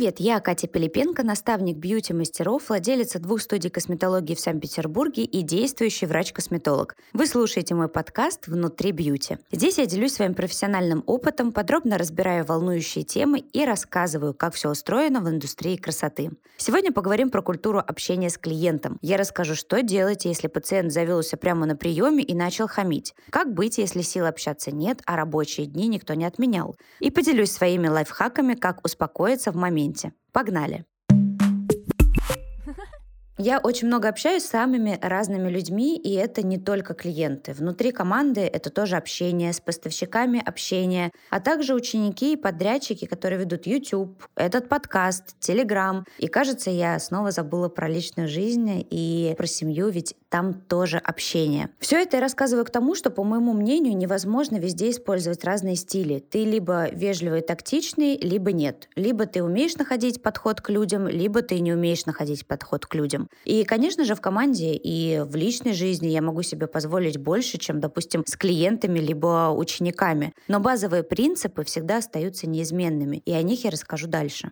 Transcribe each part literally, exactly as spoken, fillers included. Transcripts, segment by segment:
Привет, я Катя Пилипенко, наставник бьюти-мастеров, владелица двух студий косметологии в Санкт-Петербурге и действующий врач-косметолог. Вы слушаете мой подкаст «Внутри бьюти». Здесь я делюсь своим профессиональным опытом, подробно разбираю волнующие темы и рассказываю, как все устроено в индустрии красоты. Сегодня поговорим про культуру общения с клиентом. Я расскажу, что делать, если пациент завелся прямо на приеме и начал хамить. Как быть, если сил общаться нет, а рабочие дни никто не отменял. И поделюсь своими лайфхаками, как успокоиться в моменте. Погнали! Я очень много общаюсь с самыми разными людьми, и это не только клиенты. Внутри команды это тоже общение, с поставщиками общение, а также ученики и подрядчики, которые ведут YouTube, этот подкаст, Telegram. И кажется, я снова забыла про личную жизнь и про семью, ведь там тоже общение. Все это я рассказываю к тому, что, по моему мнению, невозможно везде использовать разные стили. Ты либо вежливый и тактичный, либо нет. Либо ты умеешь находить подход к людям, либо ты не умеешь находить подход к людям. И, конечно же, в команде и в личной жизни я могу себе позволить больше, чем, допустим, с клиентами либо учениками. Но базовые принципы всегда остаются неизменными, и о них я расскажу дальше.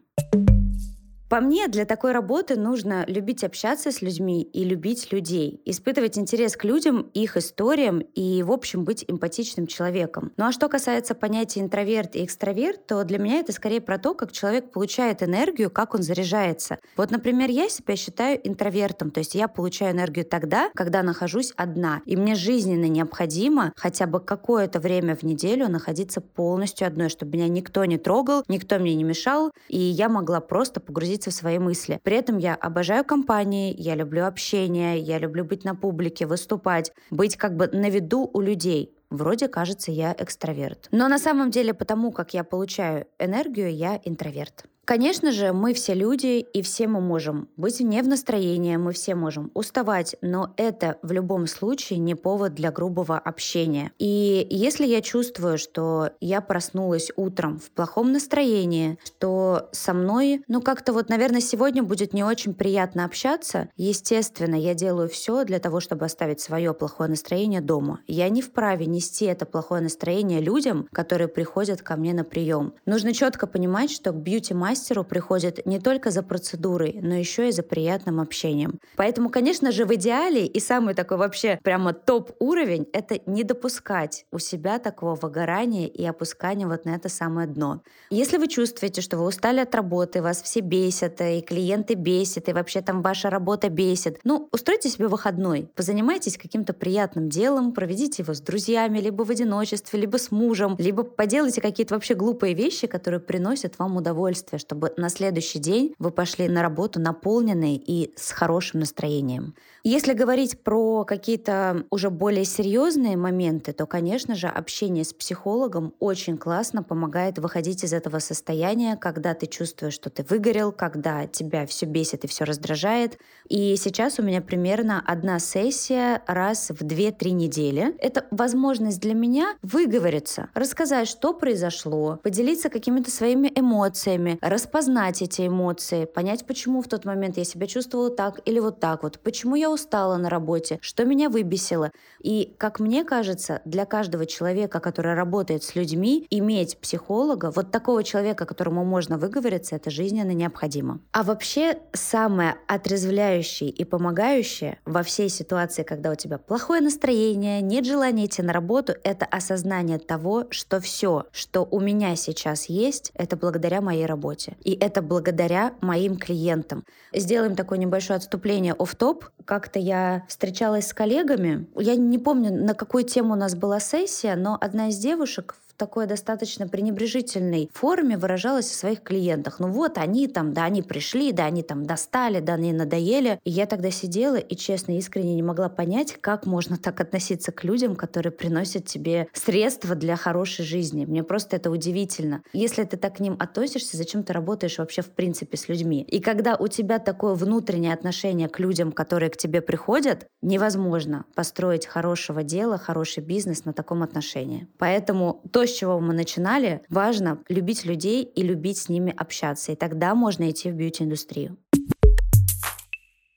По мне, для такой работы нужно любить общаться с людьми и любить людей, испытывать интерес к людям, их историям и, в общем, быть эмпатичным человеком. Ну а что касается понятия интроверт и экстраверт, то для меня это скорее про то, как человек получает энергию, как он заряжается. Вот, например, я себя считаю интровертом, то есть я получаю энергию тогда, когда нахожусь одна, и мне жизненно необходимо хотя бы какое-то время в неделю находиться полностью одной, чтобы меня никто не трогал, никто мне не мешал, и я могла просто погрузиться в свои мысли. При этом я обожаю компании, я люблю общение, я люблю быть на публике, выступать, быть как бы на виду у людей. Вроде кажется, я экстраверт. Но на самом деле, потому как я получаю энергию, я интроверт. Конечно же, мы все люди, и все мы можем быть не в настроении, мы все можем уставать, но это в любом случае не повод для грубого общения. И если я чувствую, что я проснулась утром в плохом настроении, что со мной, ну как-то вот, наверное, сегодня будет не очень приятно общаться, естественно, я делаю все для того, чтобы оставить свое плохое настроение дома. Я не вправе нести это плохое настроение людям, которые приходят ко мне на прием. Нужно четко понимать, что к бьюти-мастеру приходят не только за процедурой, но еще и за приятным общением. Поэтому, конечно же, в идеале и самый такой вообще прямо топ-уровень — это не допускать у себя такого выгорания и опускания вот на это самое дно. Если вы чувствуете, что вы устали от работы, вас все бесят, и клиенты бесят, и вообще там ваша работа бесит, ну, устройте себе выходной, позанимайтесь каким-то приятным делом, проведите его с друзьями, либо в одиночестве, либо с мужем, либо поделайте какие-то вообще глупые вещи, которые приносят вам удовольствие, чтобы на следующий день вы пошли на работу наполненные и с хорошим настроением. Если говорить про какие-то уже более серьезные моменты, то, конечно же, общение с психологом очень классно помогает выходить из этого состояния, когда ты чувствуешь, что ты выгорел, когда тебя все бесит и все раздражает. И сейчас у меня примерно одна сессия раз в две-три недели. Это возможность для меня выговориться, рассказать, что произошло, поделиться какими-то своими эмоциями, распознать эти эмоции, понять, почему в тот момент я себя чувствовала так или вот так вот, почему я устала на работе, что меня выбесило. И, как мне кажется, для каждого человека, который работает с людьми, иметь психолога, вот такого человека, которому можно выговориться, это жизненно необходимо. А вообще, самое отрезвляющее и помогающее во всей ситуации, когда у тебя плохое настроение, нет желания идти на работу, это осознание того, что все, что у меня сейчас есть, это благодаря моей работе. И это благодаря моим клиентам. Сделаем такое небольшое отступление офф-топ. Как-то я встречалась с коллегами. Я не помню, на какую тему у нас была сессия, но одна из девушек в такой достаточно пренебрежительной форме выражалась о своих клиентах. Ну вот они там, да, они пришли, да, они там достали, да, они надоели. И я тогда сидела и, честно, искренне не могла понять, как можно так относиться к людям, которые приносят тебе средства для хорошей жизни. Мне просто это удивительно. Если ты так к ним относишься, зачем ты работаешь вообще в принципе с людьми? И когда у тебя такое внутреннее отношение к людям, которые к тебе приходят, невозможно построить хорошего дела, хороший бизнес на таком отношении. Поэтому то, с чего мы начинали, важно любить людей и любить с ними общаться. И тогда можно идти в бьюти-индустрию.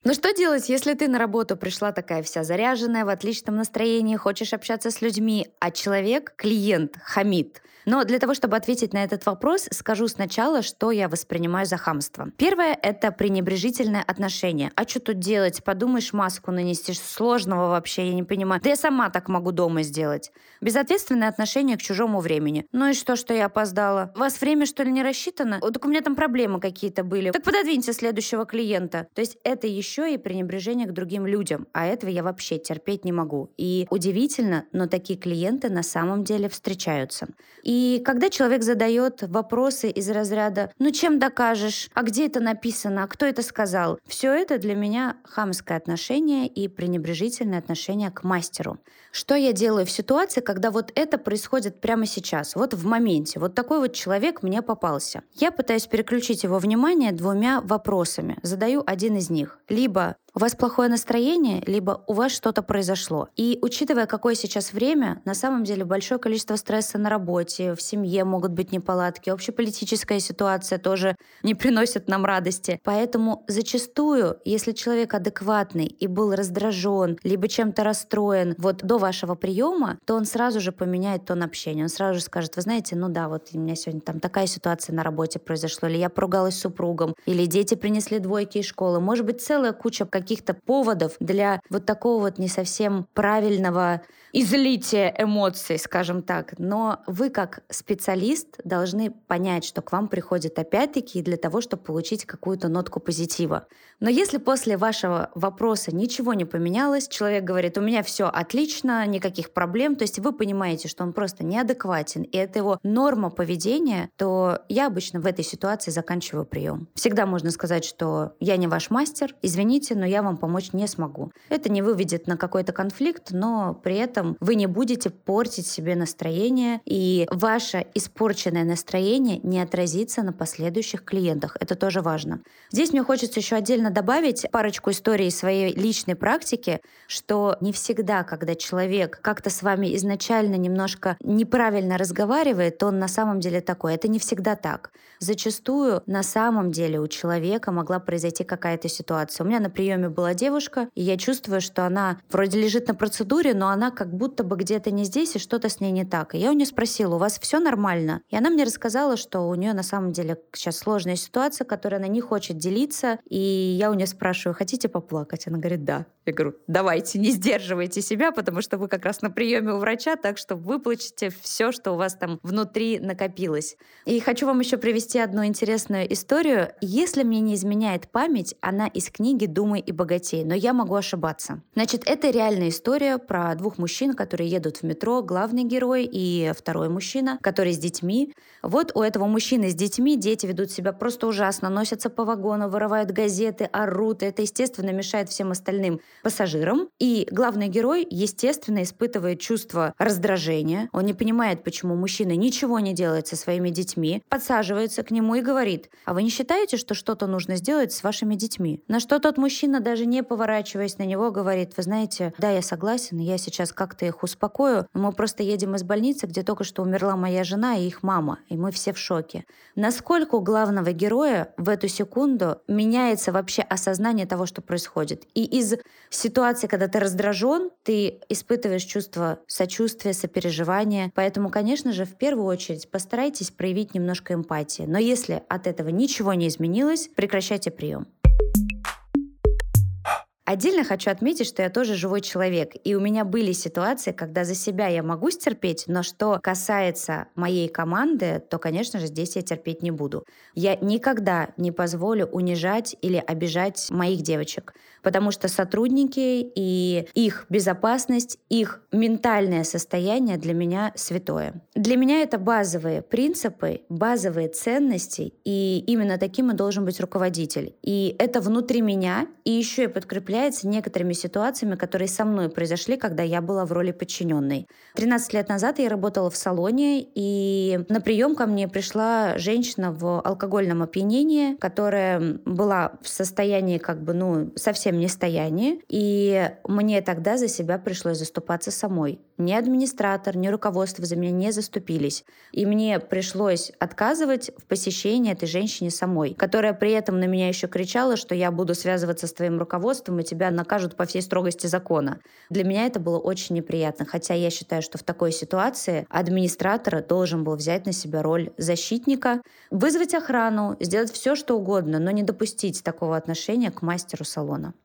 Но что делать, если ты на работу пришла такая вся заряженная, в отличном настроении, хочешь общаться с людьми, а человек, клиент, хамит? Но для того, чтобы ответить на этот вопрос, скажу сначала, что я воспринимаю за хамство. Первое — это пренебрежительное отношение. А что тут делать? Подумаешь, маску нанести. Сложного вообще, я не понимаю. Да я сама так могу дома сделать. Безответственное отношение к чужому времени. Ну и что, что я опоздала? У вас время, что ли, не рассчитано? Вот так у меня там проблемы какие-то были. Так пододвиньте следующего клиента. То есть это еще и пренебрежение к другим людям. А этого я вообще терпеть не могу. И удивительно, но такие клиенты на самом деле встречаются. И когда человек задает вопросы из разряда «ну чем докажешь?», «а где это написано?», «а кто это сказал?», все это для меня хамское отношение и пренебрежительное отношение к мастеру. Что я делаю в ситуации, когда вот это происходит прямо сейчас, вот в моменте, вот такой вот человек мне попался? Я пытаюсь переключить его внимание двумя вопросами. Задаю один из них. Либо у вас плохое настроение, либо у вас что-то произошло. И учитывая, какое сейчас время, на самом деле большое количество стресса на работе, в семье могут быть неполадки, общеполитическая ситуация тоже не приносит нам радости. Поэтому зачастую, если человек адекватный и был раздражен, либо чем-то расстроен вот до вашего приема, то он сразу же поменяет тон общения. Он сразу же скажет: вы знаете, ну да, вот у меня сегодня там такая ситуация на работе произошла, или я поругалась с супругом, или дети принесли двойки из школы. Может быть, целая куча каких-то поводов для вот такого вот не совсем правильного излития эмоций, скажем так. Но вы как специалист должны понять, что к вам приходят опять-таки для того, чтобы получить какую-то нотку позитива. Но если после вашего вопроса ничего не поменялось, человек говорит: у меня все отлично, никаких проблем, то есть вы понимаете, что он просто неадекватен, и это его норма поведения, то я обычно в этой ситуации заканчиваю прием. Всегда можно сказать, что я не ваш мастер, извините, но я вам помочь не смогу. Это не выведет на какой-то конфликт, но при этом вы не будете портить себе настроение, и ваше испорченное настроение не отразится на последующих клиентах. Это тоже важно. Здесь мне хочется еще отдельно добавить парочку историй из своей личной практики, что не всегда, когда человек как-то с вами изначально немножко неправильно разговаривает, то он на самом деле такой. Это не всегда так. Зачастую на самом деле у человека могла произойти какая-то ситуация. У меня на приеме была девушка, и я чувствую, что она вроде лежит на процедуре, но она как будто бы где-то не здесь, и что-то с ней не так. И я у нее спросила: у вас все нормально? И она мне рассказала, что у нее на самом деле сейчас сложная ситуация, которой она не хочет делиться. И я у нее спрашиваю: хотите поплакать? Она говорит: да. Я говорю: давайте, не сдерживайте себя, потому что вы как раз на приеме у врача, так что выплачете все, что у вас там внутри накопилось. И хочу вам еще привести одну интересную историю. Если мне не изменяет память, она из книги «Думай и богатей», но я могу ошибаться. Значит, это реальная история про двух мужчин, которые едут в метро, главный герой и второй мужчина, который с детьми. Вот у этого мужчины с детьми дети ведут себя просто ужасно, носятся по вагону, вырывают газеты, орут. Это, естественно, мешает всем остальным пассажирам. И главный герой, естественно, испытывает чувство раздражения. Он не понимает, почему мужчина ничего не делает со своими детьми, подсаживается к нему и говорит: а вы не считаете, что что-то нужно сделать с вашими детьми? На что тот мужчина, даже не поворачиваясь на него, говорит: вы знаете, да, я согласен, я сейчас как-то их успокою. Мы просто едем из больницы, где только что умерла моя жена и их мама, и мы все в шоке. Насколько у главного героя в эту секунду меняется вообще осознание того, что происходит. И из ситуации, когда ты раздражен, ты испытываешь чувство сочувствия, сопереживания. Поэтому, конечно же, в первую очередь постарайтесь проявить немножко эмпатии. Но если от этого ничего не изменилось, прекращайте прием. Отдельно хочу отметить, что я тоже живой человек, и у меня были ситуации, когда за себя я могу стерпеть, но что касается моей команды, то, конечно же, здесь я терпеть не буду. Я никогда не позволю унижать или обижать моих девочек, потому что сотрудники и их безопасность, их ментальное состояние для меня святое. Для меня это базовые принципы, базовые ценности, и именно таким и должен быть руководитель. И это внутри меня, и еще и подкреплено цепляется некоторыми ситуациями, которые со мной произошли, когда я была в роли подчиненной. тринадцать лет назад я работала в салоне, и на прием ко мне пришла женщина в алкогольном опьянении, которая была в состоянии как бы, ну, совсем не стоянии, и мне тогда за себя пришлось заступаться самой. Ни администратор, ни руководство за меня не заступились. И мне пришлось отказывать в посещении этой женщине самой, которая при этом на меня еще кричала, что я буду связываться с твоим руководством, и тебя накажут по всей строгости закона. Для меня это было очень неприятно, хотя я считаю, что в такой ситуации администратор должен был взять на себя роль защитника, вызвать охрану, сделать все, что угодно, но не допустить такого отношения к мастеру салона.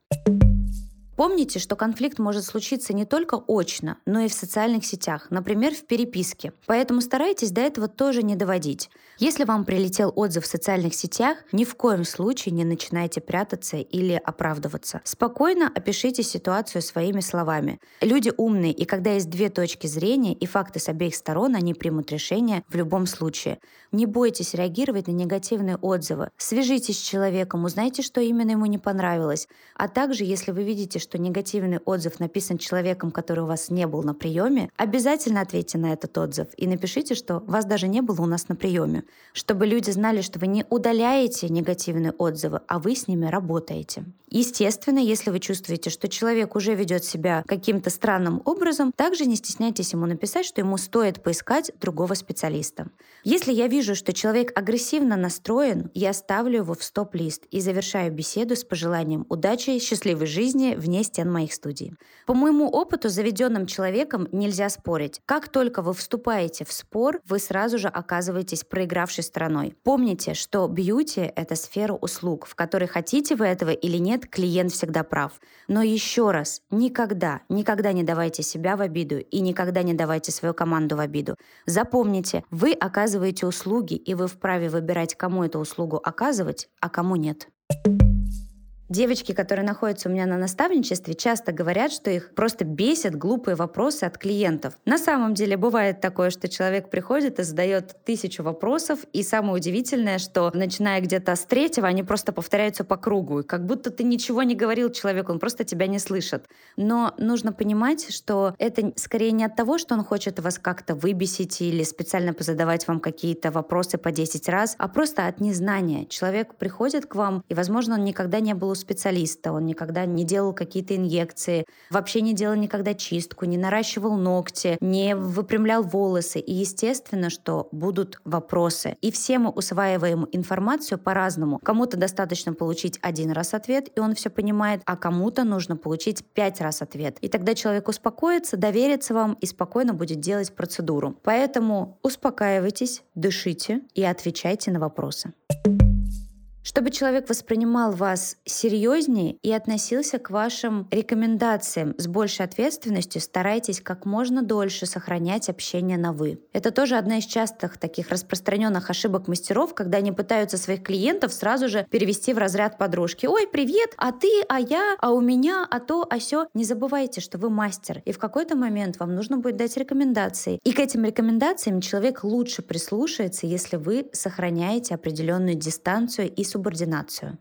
Помните, что конфликт может случиться не только очно, но и в социальных сетях, например, в переписке. Поэтому старайтесь до этого тоже не доводить. Если вам прилетел отзыв в социальных сетях, ни в коем случае не начинайте прятаться или оправдываться. Спокойно опишите ситуацию своими словами. Люди умные, и когда есть две точки зрения и факты с обеих сторон, они примут решение в любом случае. Не бойтесь реагировать на негативные отзывы. Свяжитесь с человеком, узнайте, что именно ему не понравилось. А также, если вы видите, что негативный отзыв написан человеком, который у вас не был на приеме, обязательно ответьте на этот отзыв и напишите, что вас даже не было у нас на приеме, чтобы люди знали, что вы не удаляете негативные отзывы, а вы с ними работаете. Естественно, если вы чувствуете, что человек уже ведет себя каким-то странным образом, также не стесняйтесь ему написать, что ему стоит поискать другого специалиста. Если я вижу, что человек агрессивно настроен, я ставлю его в стоп-лист и завершаю беседу с пожеланием удачи и счастливой жизни вне стен моих студий. По моему опыту, с заведенным человеком нельзя спорить. Как только вы вступаете в спор, вы сразу же оказываетесь проигравшей стороной. Помните, что бьюти — это сфера услуг, в которой, хотите вы этого или нет, клиент всегда прав. Но еще раз, никогда, никогда не давайте себя в обиду и никогда не давайте свою команду в обиду. Запомните, вы оказываете услуги, и вы вправе выбирать, кому эту услугу оказывать, а кому нет. Девочки, которые находятся у меня на наставничестве, часто говорят, что их просто бесят глупые вопросы от клиентов. На самом деле бывает такое, что человек приходит и задает тысячу вопросов, и самое удивительное, что начиная где-то с третьего, они просто повторяются по кругу, как будто ты ничего не говорил человеку, он просто тебя не слышит. Но нужно понимать, что это скорее не от того, что он хочет вас как-то выбесить или специально позадавать вам какие-то вопросы по десять раз, а просто от незнания. Человек приходит к вам, и, возможно, он никогда не был у специалиста, он никогда не делал какие-то инъекции, вообще не делал никогда чистку, не наращивал ногти, не выпрямлял волосы. И естественно, что будут вопросы. И все мы усваиваем информацию по-разному. Кому-то достаточно получить один раз ответ, и он все понимает, а кому-то нужно получить пять раз ответ. И тогда человек успокоится, доверится вам и спокойно будет делать процедуру. Поэтому успокаивайтесь, дышите и отвечайте на вопросы. Чтобы человек воспринимал вас серьезнее и относился к вашим рекомендациям с большей ответственностью, старайтесь как можно дольше сохранять общение на «вы». Это тоже одна из частых таких распространенных ошибок мастеров, когда они пытаются своих клиентов сразу же перевести в разряд подружки. «Ой, привет, а ты, а я, а у меня, а то, а сё». Не забывайте, что вы мастер, и в какой-то момент вам нужно будет дать рекомендации. И к этим рекомендациям человек лучше прислушается, если вы сохраняете определенную дистанцию и субординацию. субординацию.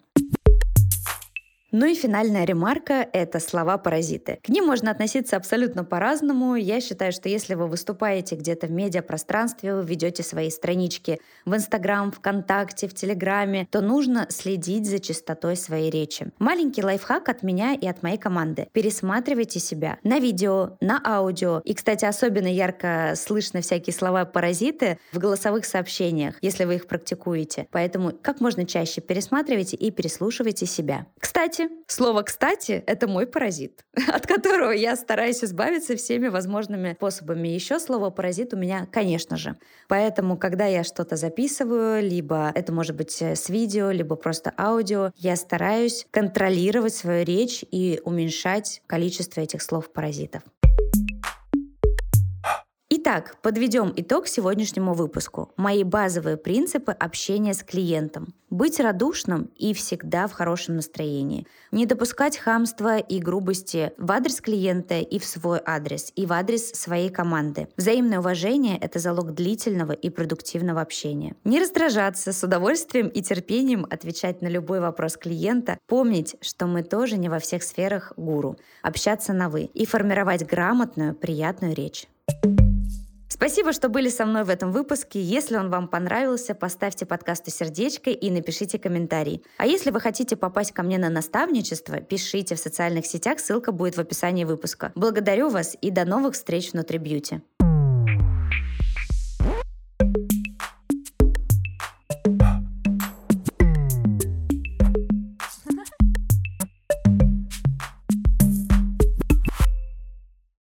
Ну и финальная ремарка — это слова-паразиты. К ним можно относиться абсолютно по-разному. Я считаю, что если вы выступаете где-то в медиапространстве, вы ведете свои странички в Инстаграм, ВКонтакте, в Телеграме, то нужно следить за чистотой своей речи. Маленький лайфхак от меня и от моей команды. Пересматривайте себя на видео, на аудио. И, кстати, особенно ярко слышно всякие слова-паразиты в голосовых сообщениях, если вы их практикуете. Поэтому как можно чаще пересматривайте и переслушивайте себя. Кстати, слово «кстати» — это мой паразит, от которого я стараюсь избавиться всеми возможными способами. Еще слово «паразит» у меня, конечно же. Поэтому, когда я что-то записываю, либо это может быть с видео, либо просто аудио, я стараюсь контролировать свою речь и уменьшать количество этих слов-паразитов. Итак, подведем итог сегодняшнему выпуску. Мои базовые принципы общения с клиентом. Быть радушным и всегда в хорошем настроении. Не допускать хамства и грубости в адрес клиента и в свой адрес, и в адрес своей команды. Взаимное уважение – это залог длительного и продуктивного общения. Не раздражаться, с удовольствием и терпением отвечать на любой вопрос клиента. Помнить, что мы тоже не во всех сферах гуру. Общаться на «вы» и формировать грамотную, приятную речь. Спасибо, что были со мной в этом выпуске. Если он вам понравился, поставьте подкасту сердечко и напишите комментарий. А если вы хотите попасть ко мне на наставничество, пишите в социальных сетях, ссылка будет в описании выпуска. Благодарю вас и до новых встреч внутри бьюти.